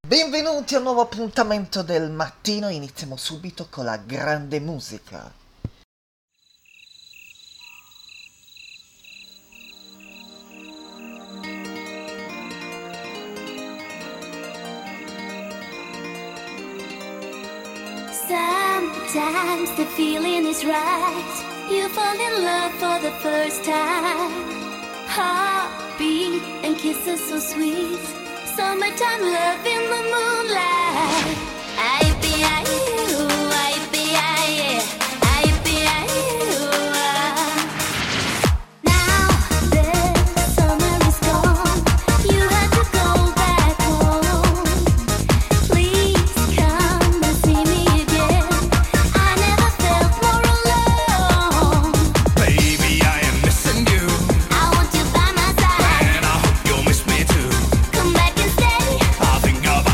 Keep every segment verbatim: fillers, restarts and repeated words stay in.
Benvenuti a un nuovo appuntamento del mattino, iniziamo subito con la grande musica. Sometimes the feeling is right. You fall in love for the first time. Heartbeat and kisses so sweet. Summertime love in the moonlight. I be I you, I be I, I be I you. Now the summer is gone. You have to go back home. Please come and see me again. I never felt more alone. Baby, I am missing you, I want you by my side. and I hope you'll miss me too. Come back and stay. I think about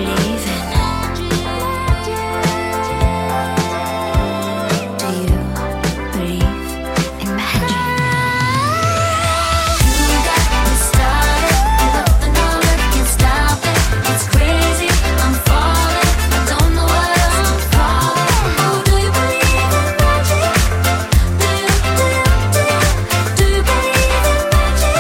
believe in magic? Do you believe in magic? You got me started, and nothing on earth can stop it. It's crazy, I'm falling, I don't know what I'm falling. Oh, do you believe in magic? Do you, do you, do you, do you believe in magic?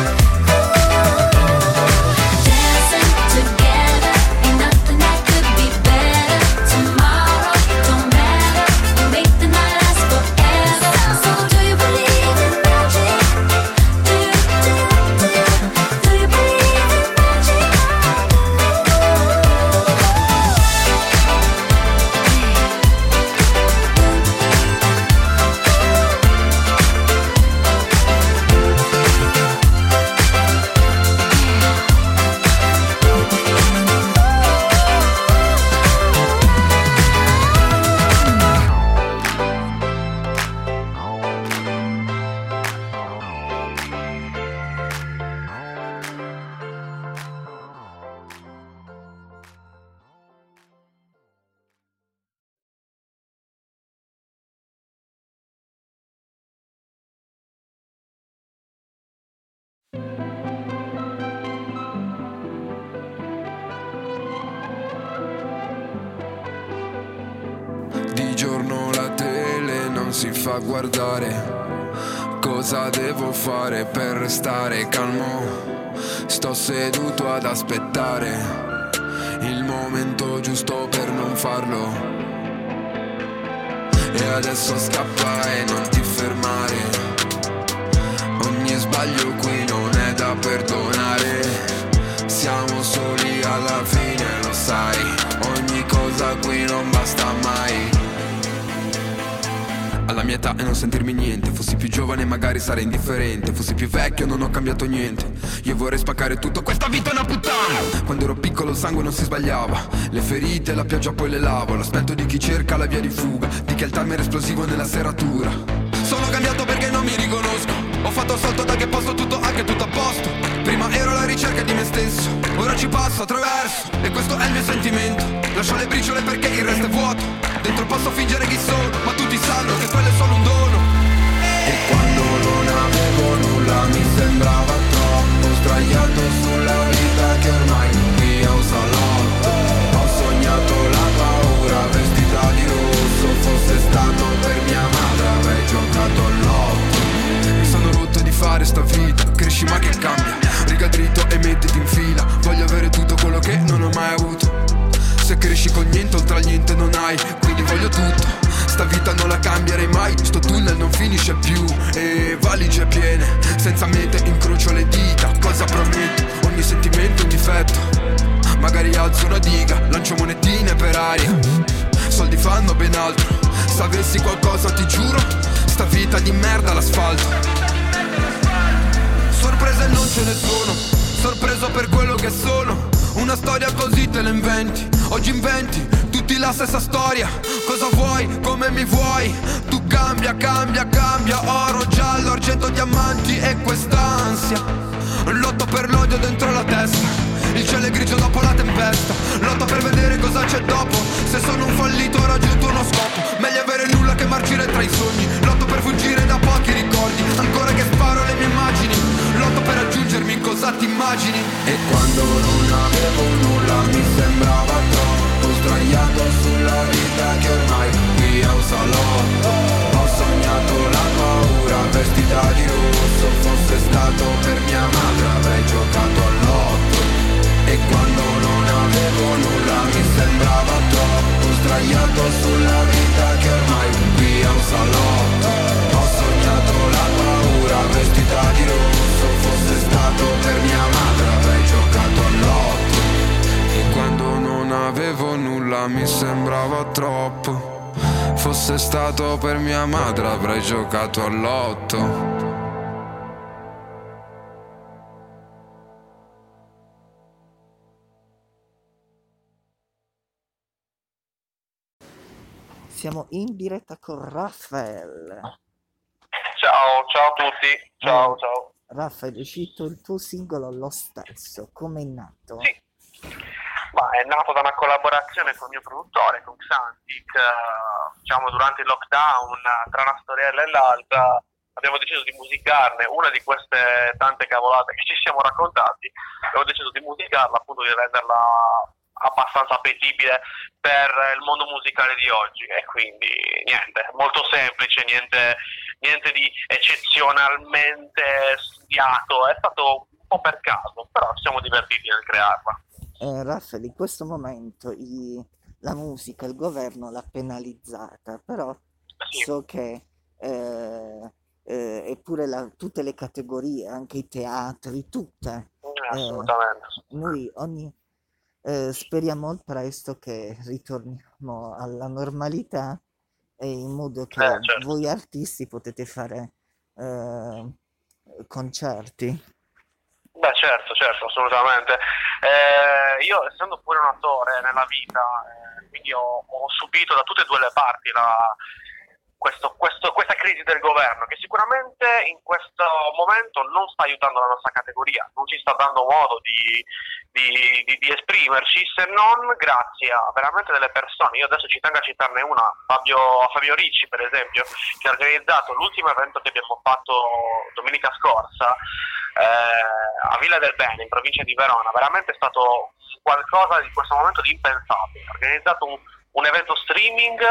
Dancing together, ain't nothing that could be better. Tomorrow don't matter, we make the night last forever. So do you believe in magic? Do you, do you, do you, do you believe in magic? Di giorno la tele non si fa guardare. Cosa devo fare per restare calmo? Sto seduto ad aspettare il momento giusto per non farlo. E adesso scappa e non ti fermare. Ogni sbaglio qui non è da perdonare. Siamo soli alla fine, lo sai. Ogni cosa qui non basta mai. Alla mia età e non sentirmi niente. Fossi più giovane magari sarei indifferente. Fossi più vecchio non ho cambiato niente. Io vorrei spaccare tutto, questa vita è una puttana. Quando ero piccolo il sangue non si sbagliava. Le ferite, la pioggia poi le lavo. L'aspetto di chi cerca la via di fuga, di chi ha il timer esplosivo nella serratura. Sono cambiato perché non mi riconosco. Ho fatto salto da che posto tutto anche tutto a posto. Prima ero alla ricerca di me stesso, ora ci passo attraverso. E questo è il mio sentimento. Lascio le briciole perché il resto è vuoto. Dentro posso fingere chi sono, ma tutti sanno che quello è solo un dono. E quando non avevo nulla mi sembrava troppo. Sdraiato sulla vita che ormai non via un salotto. Ho sognato la paura vestita di rosso. Fosse stato per mia madre avrei giocato all'otto. Mi sono rotto di fare sta vita, cresci ma che cambia. Riga dritto e mettiti in fila. Voglio avere tutto quello che non ho mai avuto. Se cresci con niente, oltre al niente non hai, quindi voglio tutto. Sta vita non la cambierei mai. Sto tunnel non finisce più. E valigie piene, senza mete incrocio le dita. Cosa prometto? Ogni sentimento è un difetto. Magari alzo una diga, lancio monetine per aria. Soldi fanno ben altro. Se avessi qualcosa ti giuro, sta vita di merda all'asfalto. Sorprese non ce ne sono, sorpreso per quello che sono. Una storia così te la inventi. Oggi inventi tutti la stessa storia. Cosa vuoi, come mi vuoi? Tu cambia, cambia, cambia. Oro, giallo, argento, diamanti e quest'ansia. Lotto per l'odio dentro la testa. Il cielo è grigio dopo la tempesta. Lotto per vedere cosa c'è dopo. Se sono un fallito ho raggiunto uno scopo. Meglio avere nulla che marcire tra i sogni. Lotto per fuggire da pochi ricordi. Ancora che sparo le mie immagini. Lotto per raggiungermi in cosa ti immagini. E quando non avevo nulla mi sembrava troppo. Sdraiato sulla vita che ormai qui è un salotto. Ho sognato la paura vestita di rosso. Fosse stato per mia madre avrei giocato all'otto. E quando non avevo nulla mi sembrava troppo. Sdraiato sulla vita che ormai qui è un salotto. Ho sognato la paura vestita di rosso. Fosse stato per mia madre avrei giocato all'otto. E quando non avevo nulla mi sembrava troppo. Fosse stato per mia madre avrei giocato all'otto. Siamo in diretta con Raphael. Ciao, ciao a tutti. Ciao, Oh, ciao. Raphael, è uscito il tuo singolo Lo Stesso, come è nato? Sì. Ma è nato da una collaborazione con il mio produttore, con Xantic, eh, diciamo durante il lockdown, tra una storiella e l'altra abbiamo deciso di musicarne una di queste tante cavolate che ci siamo raccontati, abbiamo deciso di musicarla, appunto di renderla abbastanza appetibile per il mondo musicale di oggi, e quindi niente, molto semplice, niente, niente di eccezionalmente studiato, è stato un po' per caso, però ci siamo divertiti nel crearla. Eh, Raffaele, in questo momento i- la musica, il governo l'ha penalizzata, però Sì, so che eh, eh, eppure la- tutte le categorie, anche i teatri, tutte, eh, assolutamente. noi ogni, eh, speriamo al presto che ritorniamo alla normalità e in modo che Eh, certo. voi artisti potete fare eh, concerti. Beh, certo, certo, assolutamente. Eh, io, essendo pure un attore nella vita, eh, quindi ho, ho subito da tutte e due le parti la, questo- questo- questa crisi del governo, che sicuramente in questo momento non sta aiutando la nostra categoria, non ci sta dando modo di, di- di- di esprimerci, se non grazie a veramente delle persone. Io adesso ci tengo a citarne una, Fabio, Fabio Ricci, per esempio, che ha organizzato l'ultimo evento che abbiamo fatto domenica scorsa, eh, a Villa del Bene, in provincia di Verona. Veramente è stato qualcosa di questo momento di impensabile. Ha organizzato un, un evento streaming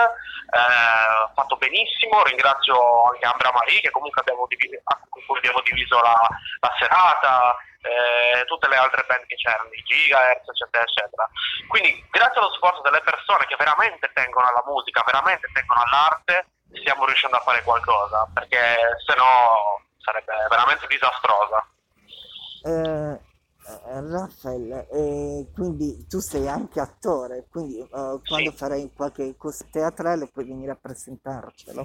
eh, fatto benissimo. Ringrazio anche Ambra Marie, che comunque abbiamo diviso, con cui abbiamo diviso la, la serata, eh, tutte le altre band che c'erano, i Gigahertz, eccetera, eccetera. Quindi, grazie allo sforzo delle persone che veramente tengono alla musica, veramente tengono all'arte, stiamo riuscendo a fare qualcosa, perché se no sarebbe veramente disastrosa. Eh, eh, Raffaele, eh, quindi tu sei anche attore, quindi eh, quando Sì. farai qualche cosa teatrale puoi venire a presentarcelo.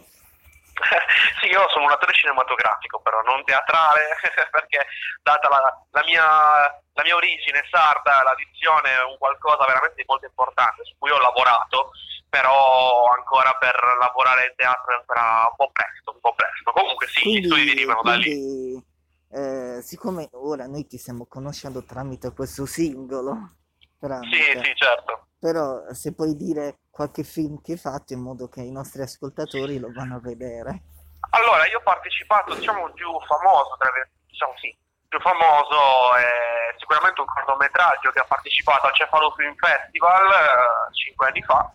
Sì, io sono un attore cinematografico, però non teatrale, perché data la, la mia, la mia origine sarda, la dizione è un qualcosa veramente di molto importante, su cui ho lavorato, però ancora per lavorare in teatro è ancora un po' presto, un po' presto. Comunque sì, gli studi Quindi, derivano da lì. quindi eh, siccome ora noi ti stiamo conoscendo tramite questo singolo, Sì, tramite, sì, certo. però se puoi dire qualche film che hai fatto in modo che i nostri ascoltatori lo vanno a vedere. Allora, io ho partecipato, diciamo, il più famoso, tra vir- diciamo sì, il più famoso è sicuramente un cortometraggio che ha partecipato al Cefalo Film Festival eh, cinque anni fa.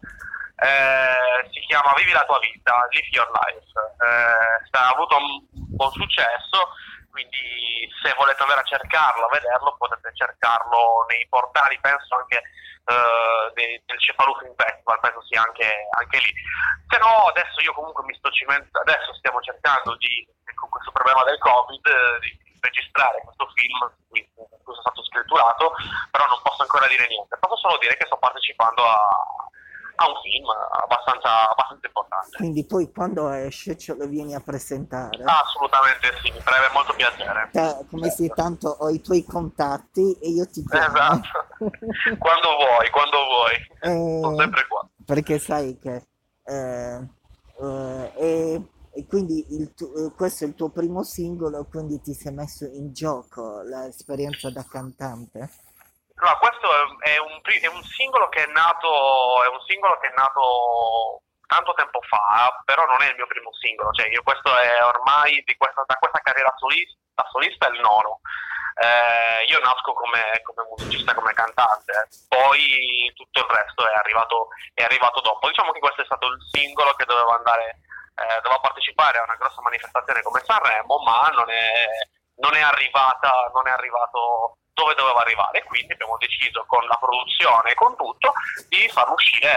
Eh, si chiama Vivi la tua vita, Live Your Life. Eh, sta- ha avuto un buon successo, quindi se volete andare a cercarlo, a vederlo, potete cercarlo nei portali, penso anche eh, de- del Cefalù Film Festival, penso sia anche, anche lì. Se no, adesso io comunque mi sto cimentando, adesso stiamo cercando di, con questo problema del Covid, eh, di registrare questo film, qui questo è stato scritturato, però non posso ancora dire niente. Posso solo dire che sto partecipando a, a un film abbastanza, abbastanza importante. Quindi poi quando esce ce lo vieni a presentare. Assolutamente sì, mi farebbe molto piacere. Te, come se tanto ho i tuoi contatti e io ti chiamo. Esatto. Quando vuoi, quando vuoi. Sono Eh, sempre qua. perché sai che eh, eh, e, e quindi il tu- eh, questo è il tuo primo singolo, quindi ti sei messo in gioco l'esperienza da cantante. No, questo è un, pri- è un singolo che è nato, è un singolo che è nato tanto tempo fa, però non è il mio primo singolo, cioè io questo è ormai di questa, da questa carriera solista, da solista è il nono. Eh, io nasco come, come musicista, come cantante, poi tutto il resto è arrivato, è arrivato dopo. Diciamo che questo è stato il singolo che doveva andare, eh, doveva partecipare a una grossa manifestazione come Sanremo, ma non è, non è arrivata, non è arrivato dove doveva arrivare, quindi abbiamo deciso con la produzione e con tutto di farlo uscire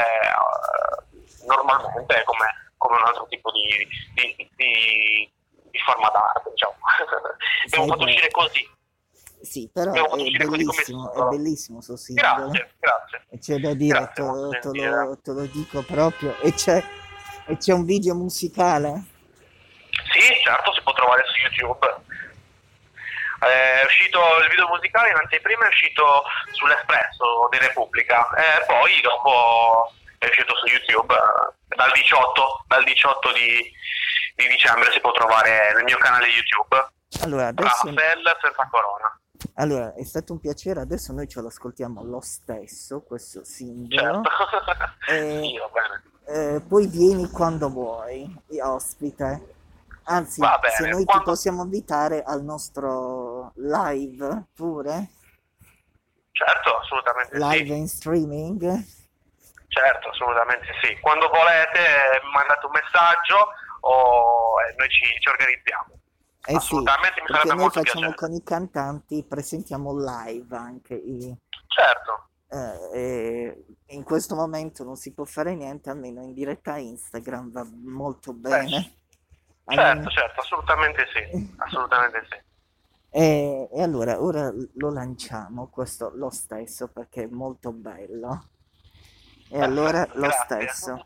eh, normalmente come, come un altro tipo di, di, di, di forma d'arte, diciamo. Abbiamo Sai fatto che- uscire così. Sì, però Abbiamo fatto è uscire così come bellissimo, è singolo. bellissimo sto singolo. Grazie, grazie. E c'è da dire, Grazie, te, molto te gentile. lo, te lo dico proprio. E c'è, e c'è un video musicale? Sì, certo, si può trovare su YouTube. È uscito il video musicale in anteprima, è uscito sull'Espresso di Repubblica e poi dopo è uscito su YouTube eh, dal diciotto, dal diciotto di, di dicembre si può trovare nel mio canale YouTube, Allora, adesso Raffaele senza corona. Allora, è stato un piacere, adesso noi ce lo ascoltiamo lo stesso, questo singolo. Certo. E, Sì, va bene. eh, poi vieni quando vuoi, ospite. Anzi, Va bene, se noi quando- ti possiamo invitare al nostro live pure, Certo, assolutamente live sì. in streaming. Certo, assolutamente sì. Quando volete mandate un messaggio o eh, noi ci, ci organizziamo. Eh sì, Assolutamente, mi perché sarebbe noi molto facciamo piacere. con i cantanti, presentiamo live anche i... Certo, eh, e in questo momento non si può fare niente, almeno in diretta Instagram va molto bene. certo, Almeno- certo, assolutamente sì. Assolutamente sì. E, e allora ora lo lanciamo questo lo stesso perché è molto bello. E allora lo Grazie. stesso.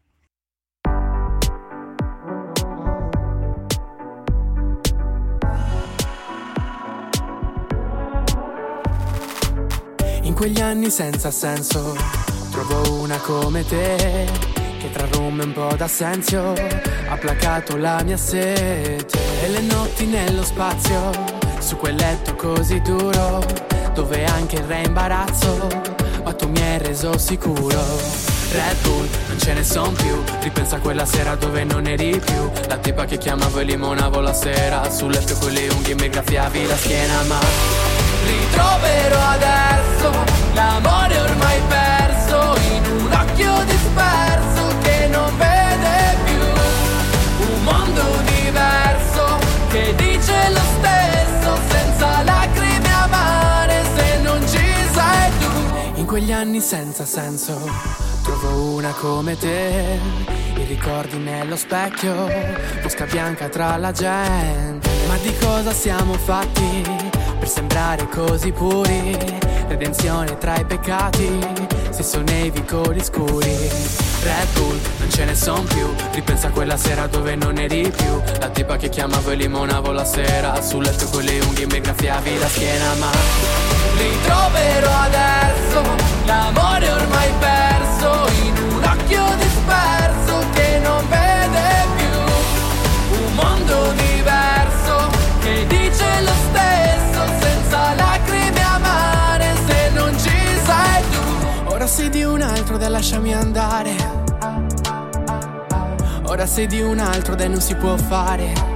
In quegli anni senza senso trovo una come te, che tra rum e un po' d'assenzio ha placato la mia sete. E le notti nello spazio, su quel letto così duro, dove anche il re imbarazzo, ma tu mi hai reso sicuro. Red Bull, non ce ne son più, ripensa a quella sera dove non eri più la tipa che chiamavo e limonavo la sera, sul letto con le unghie mi graffiavi la schiena. Ma ritroverò adesso l'amore ormai perso in un occhio disperso che non vede più un mondo diverso che dice lo stesso senza lacrime amare se non ci sei tu. In quegli anni senza senso trovo una come te, i ricordi nello specchio, mosca bianca tra la gente. Ma di cosa siamo fatti per sembrare così puri? Redenzione tra i peccati, se sono nei vicoli scuri. Red Bull, non ce ne son più, ripensa a quella sera dove non eri più la tipa che chiamavo e limonavo la sera, sul letto con le unghie mi graffiavi la schiena. Ma ritroverò adesso l'amore ormai perso in un occhio disperso che non vede più un mondo diverso che dice lo stesso senza lacrime amare se non ci sei tu. Ora sei di un altro, dai lasciami andare, ora sei di un altro, dai non si può fare.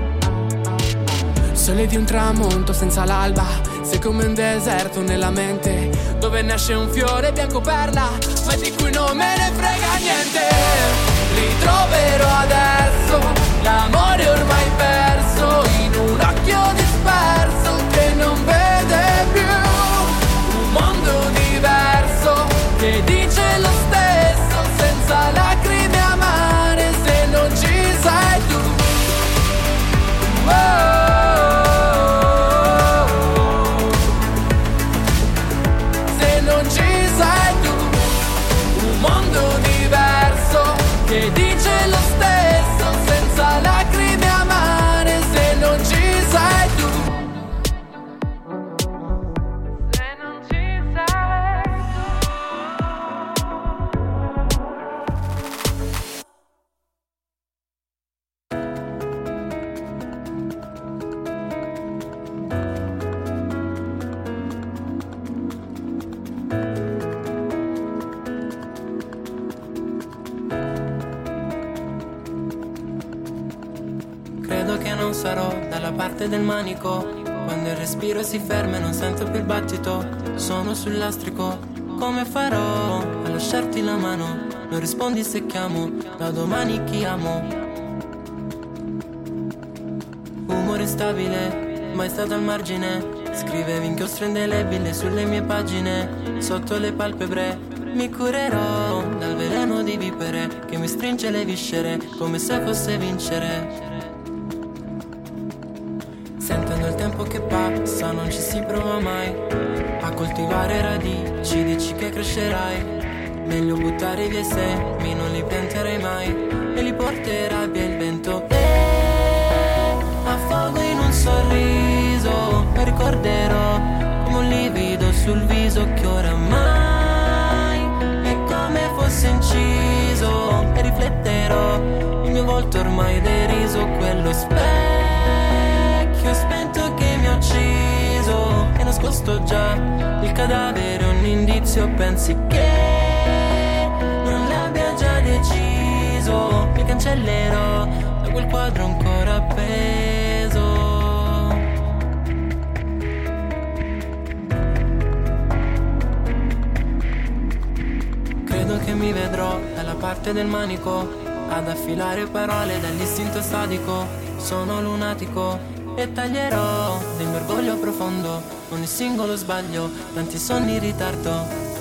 Sole di un tramonto senza l'alba, sei come un deserto nella mente, dove nasce un fiore bianco perla, ma di cui non me ne frega niente. Ritroverò adesso l'amore ormai perso in un occhio disperso che non vede più un mondo diverso che dice lo stesso senza lacrime amare se non ci sei tu. Oh. Che dice lo stesso senza lacrime amare se non ci sei tu. Se non ci sei non sarò dalla parte del manico, quando il respiro si ferma e non sento più il battito. Sono sul lastrico, come farò a lasciarti la mano? Non rispondi se chiamo, da domani chi amo. Umore instabile, mai stato al margine. Scrivevi inchiostro indelebile sulle mie pagine. Sotto le palpebre mi curerò dal veleno di vipere che mi stringe le viscere come se fosse vincere. Sentendo il tempo che passa non ci si prova mai a coltivare radici, dici che crescerai. Meglio buttare via i semi, non li pianterei mai e li porterà via il vento. E affogo in un sorriso, mi ricorderò come un livido sul viso che oramai è come fosse inciso. E rifletterò il mio volto ormai deriso, quello specchio spento che mi ha ucciso. nascosto già il cadavere, un indizio, pensi che non l'abbia già deciso, mi cancellerò da quel quadro ancora appeso. Credo che mi vedrò dalla parte del manico ad affilare parole dall'istinto sadico. Sono lunatico e taglierò del mio orgoglio profondo ogni singolo sbaglio, tanti sonni in ritardo.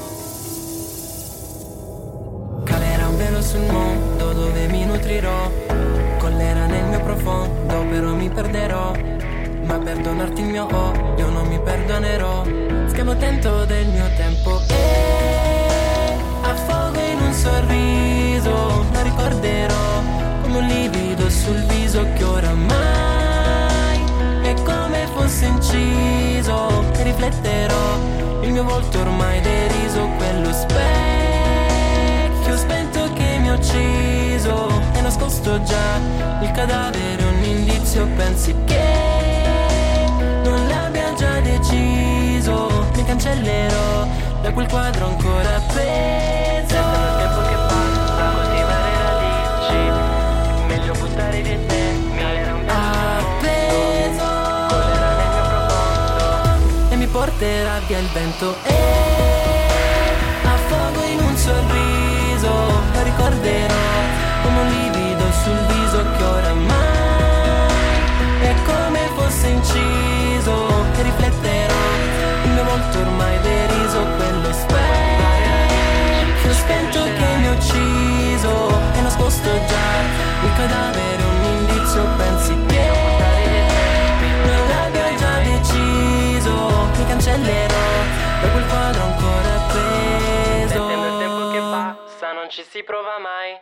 Calerà un velo sul mondo dove mi nutrirò, collera nel mio profondo però mi perderò, ma perdonarti il mio odio non mi perdonerò. Schiavo attento del mio tempo e affogo in un sorriso, la ricorderò come un livido sul viso che oramai è come fosse inciso, e rifletterò il mio volto ormai deriso, quello specchio spento che mi ha ucciso, è nascosto già il cadavere, un indizio, pensi che non l'abbia già deciso, mi cancellerò da quel quadro ancora appeso. Il tempo che passa, coltivare radici, meglio buttare via te, mi era un appeso, colerà nel mio profondo e mi porterà via il vento e affogo in un sorriso, lo ricorderò come un livido sul viso che oramai è come fosse inciso, e rifletterò il mio volto ormai deriso, quello specchio spento che mi ha ucciso, è nascosto già il cadavere, un indizio, pensi che non l'abbia già deciso, mi cancellerò da quel quadro ancora appeso. Nel tempo che passa non ci si prova mai.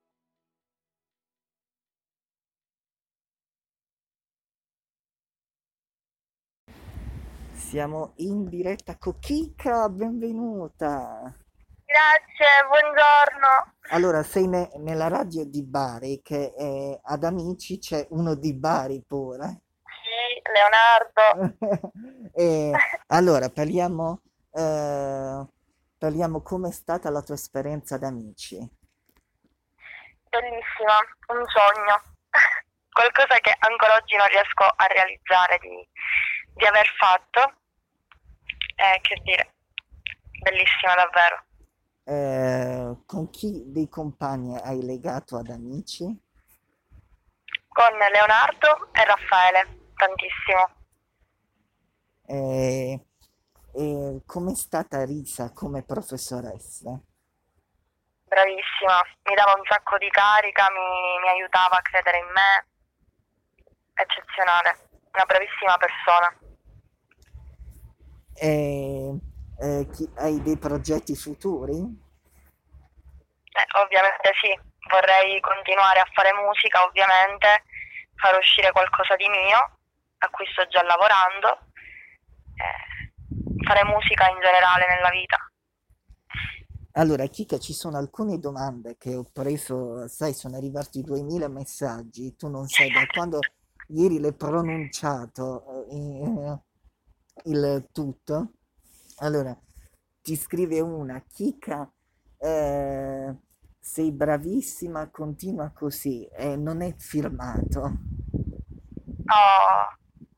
Siamo in diretta con Kika, benvenuta. Grazie, buongiorno. Allora, sei ne- nella radio di Bari, che eh, ad Amici c'è uno di Bari pure. Sì, Leonardo. E allora, parliamo, eh, parliamo come è stata la tua esperienza ad Amici. Bellissima, un sogno. Qualcosa che ancora oggi non riesco a realizzare di, di aver fatto. Eh, che dire, bellissima davvero. Eh, con chi dei compagni hai legato ad Amici? Con Leonardo e Raffaele, tantissimo. E, e com'è stata Risa come professoressa? Bravissima, mi dava un sacco di carica, mi, mi aiutava a credere in me. Eccezionale, una bravissima persona. E, eh, chi- hai dei progetti futuri? Eh, ovviamente sì, vorrei continuare a fare musica, ovviamente, far uscire qualcosa di mio, a cui sto già lavorando, eh, fare musica in generale nella vita. Allora, Kika, ci sono alcune domande che ho preso, sai, sono arrivati duemila messaggi, tu non sai da quando ieri l'hai pronunciato eh, il tutto. Allora, ti scrive una, Kika, eh, sei bravissima, continua così, e non è firmato. Oh,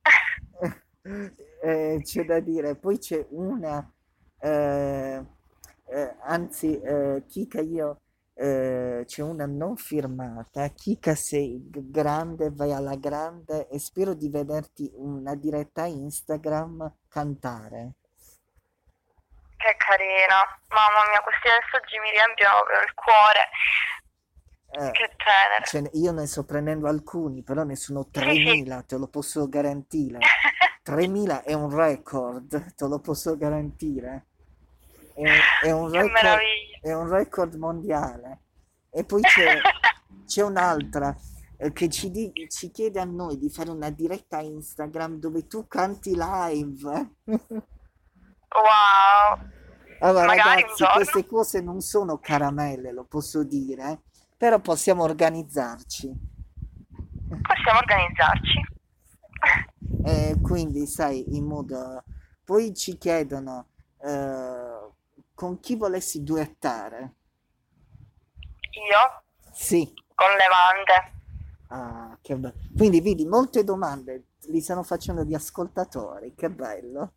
Eh, c'è da dire, poi c'è una, eh, eh, anzi, eh, Kika, io, eh, c'è una non firmata, Kika sei g- grande, vai alla grande e spero di vederti una diretta Instagram cantare. che carina, mamma mia, questi messaggi mi riempiono proprio il cuore, Eh, che tenere. ce ne- io ne sto prendendo alcuni, però ne sono Sì, sì. tremila, te lo posso garantire. tremila è un record, te lo posso garantire. È, un è un Che record, meraviglia. è un record mondiale. E poi c'è c'è un'altra eh, che ci, di- ci chiede a noi di fare una diretta Instagram dove tu canti live. Wow, Allora, magari un ragazzi, giorno. queste cose non sono caramelle, lo posso dire, però possiamo organizzarci. Possiamo organizzarci. E quindi, sai, in modo poi ci chiedono eh, con chi volessi duettare. Io Sì. con Levante. Ah, che bello. Quindi vedi, molte domande li stanno facendo gli ascoltatori, che bello.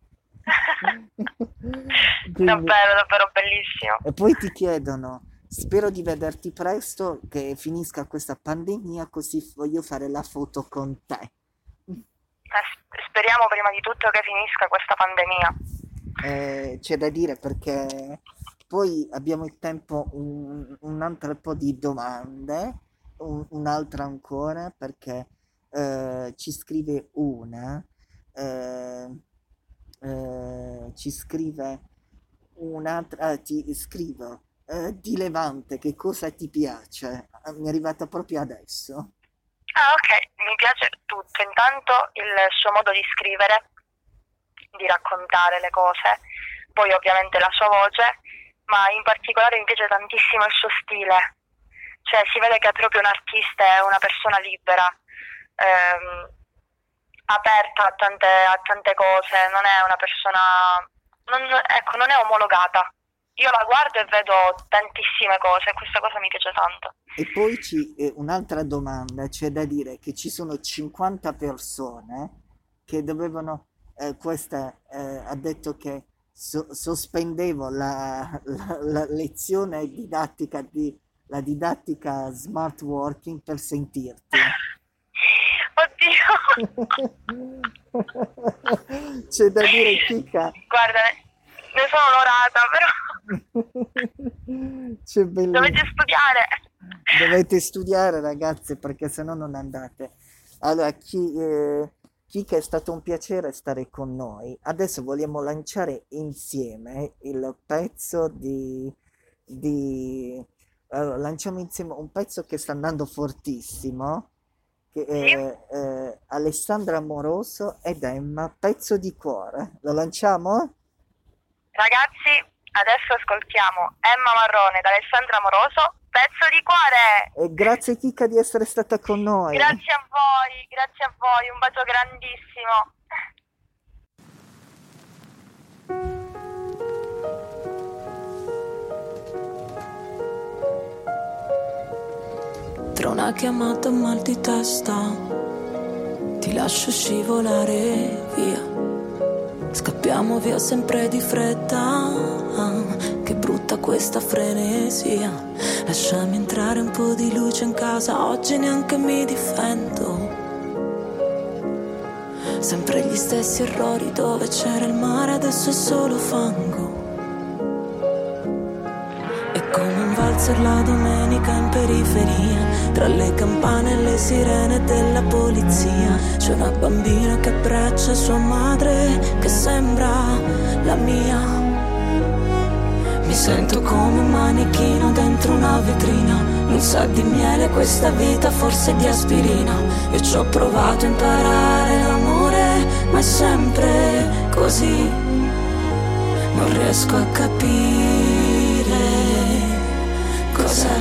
Quindi- Davvero, davvero bellissimo. E poi ti chiedono, spero di vederti presto, che finisca questa pandemia, così voglio fare la foto con te. Eh, sp- speriamo prima di tutto che finisca questa pandemia. Eh, c'è da dire perché poi abbiamo il tempo un, un altro po' di domande, un- un'altra ancora perché eh, ci scrive una, eh, eh, ci scrive un'altra, ah, ti scrivo eh, di Levante, che cosa ti piace? Ah, mi è arrivata proprio adesso. Ah, ok, mi piace tutto. Intanto il suo modo di scrivere, di raccontare le cose, poi ovviamente la sua voce, ma in particolare mi piace tantissimo il suo stile. Cioè si vede che è proprio un artista, è una persona libera, ehm, aperta a tante, a tante cose, non è una persona, non, ecco, non è omologata. Io la guardo e vedo tantissime cose e questa cosa mi piace tanto. E poi ci, eh, un'altra domanda, c'è da dire che ci sono cinquanta persone che dovevano, eh, questa eh, ha detto che so- sospendevo la, la- la lezione didattica di la didattica smart working per sentirti. Oddio, C'è da dire, Chica, guarda, ne, ne sono onorata, però c'è bellissimo. dovete studiare. Dovete studiare, ragazze, perché sennò non andate. Allora, chi, eh, Kika, è stato un piacere stare con noi. Adesso vogliamo lanciare insieme il pezzo di, di... Allora, lanciamo insieme un pezzo che sta andando fortissimo, che è eh, Alessandra Amoroso ed Emma, Pezzo di cuore. Lo lanciamo? Ragazzi, adesso ascoltiamo Emma Marrone da Alessandra Amoroso, Pezzo di cuore. E grazie, Kika, di essere stata con noi. Grazie a voi, grazie a voi, un bacio grandissimo. Tra una chiamata e un mal di testa ti lascio scivolare via. Scappiamo via sempre di fretta, che brutta questa frenesia. Lasciami entrare un po' di luce in casa, oggi neanche mi difendo. Sempre gli stessi errori, dove c'era il mare adesso è solo fango. È come un valzer la domenica in periferia, tra le campane e le sirene della polizia. C'è una bambina che abbraccia sua madre, che sembra la mia. Mi sento come un manichino dentro una vetrina, non sa di miele questa vita, forse di aspirina. Io ci ho provato a imparare l'amore, ma è sempre così. Non riesco a capire cos'è.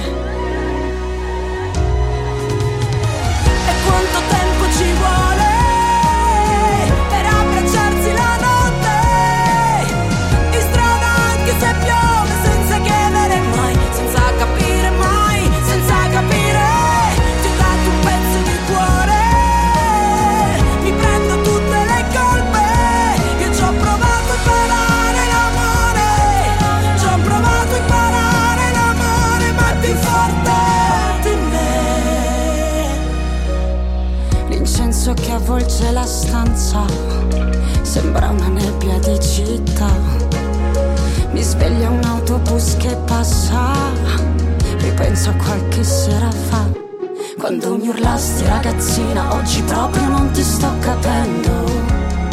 E quanto tempo ci vuole per abbracciarsi la notte, in strada anche se piove, senza chiedere mai, senza capire mai, senza capire. Ti ho dato un pezzo di cuore, mi prendo tutte le colpe. Io ci ho provato a imparare l'amore, ci ho provato a imparare l'amore, ma più forte di me. L'incenso che avvolge la stanza sembra una nebbia di città. Mi sveglia un autobus che passa, ripenso a qualche sera fa, quando mi urlasti ragazzina, oggi proprio non ti sto capendo.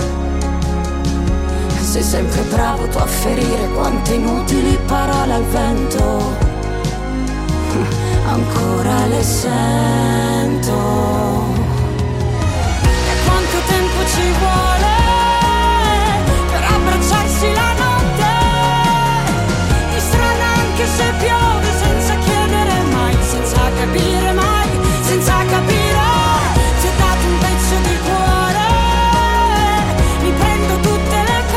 Sei sempre bravo tu a ferire quante inutili parole al vento. Ancora le sento. E quanto tempo ci vuole per abbracciarsi la notte, in strada anche se piove, senza chiedere mai, senza capire mai, senza capire. Ti ho dato un pezzo di cuore, mi prendo tutte le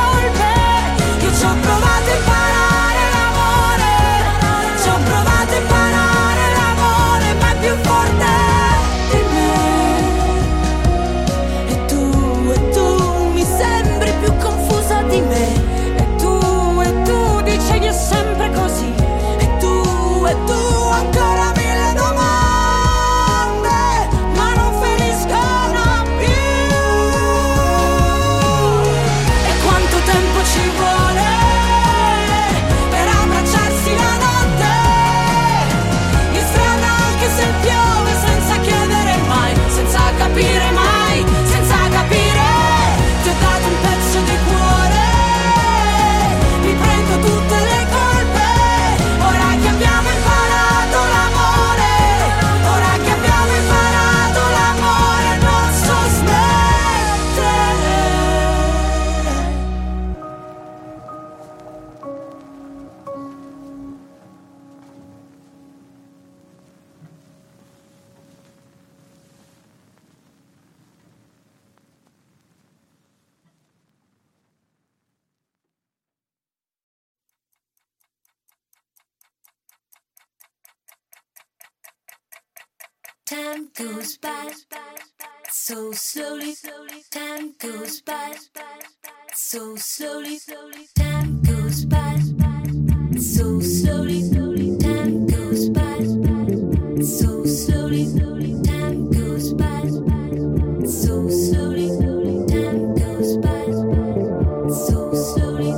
time goes by so slowly. Time goes by so slowly. Time goes by so slowly. Time goes by so slowly. Time goes by so slowly. Time goes by so slowly.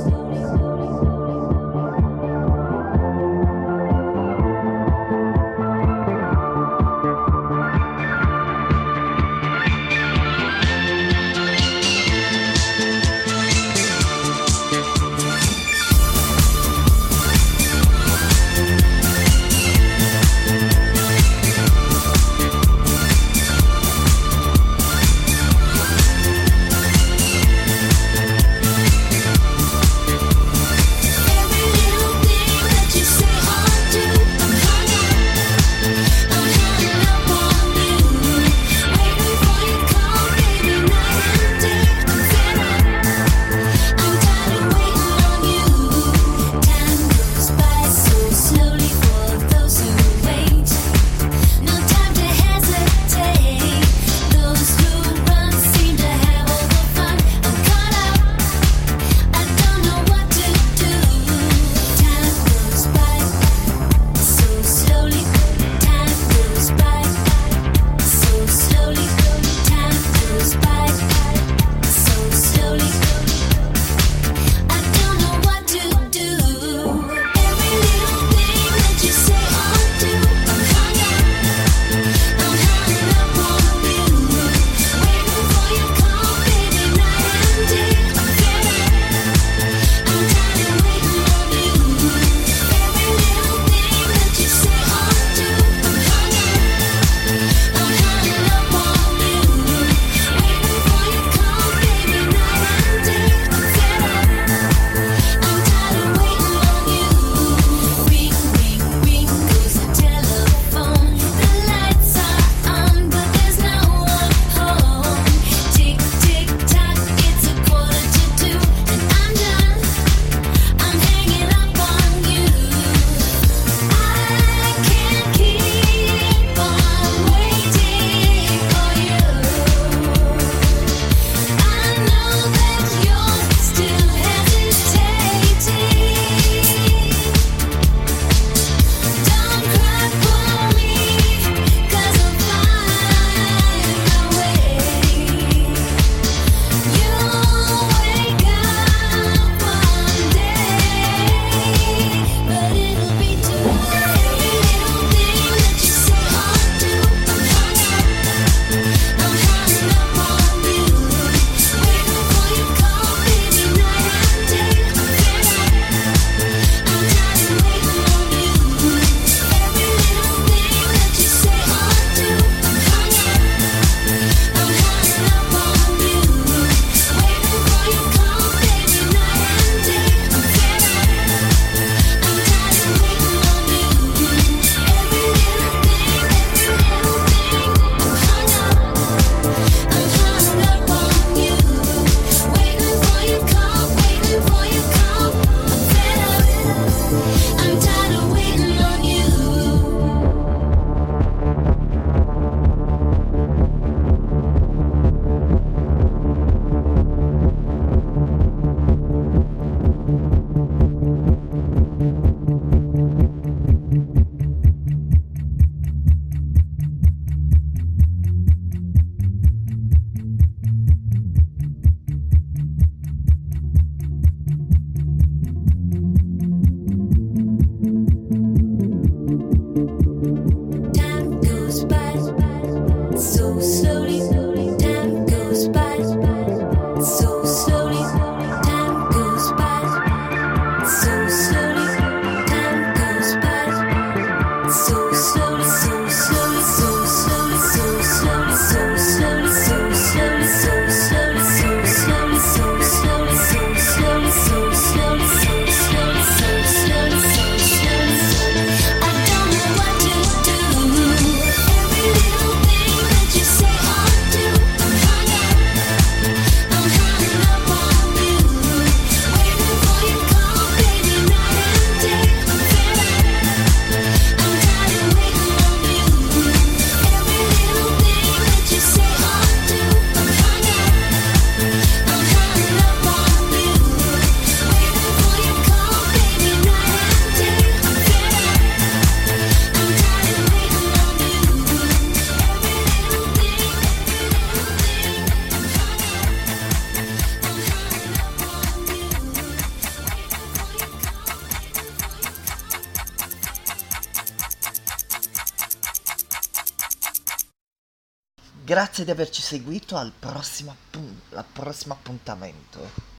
Grazie di averci seguito al prossimo, appun- al prossimo appuntamento.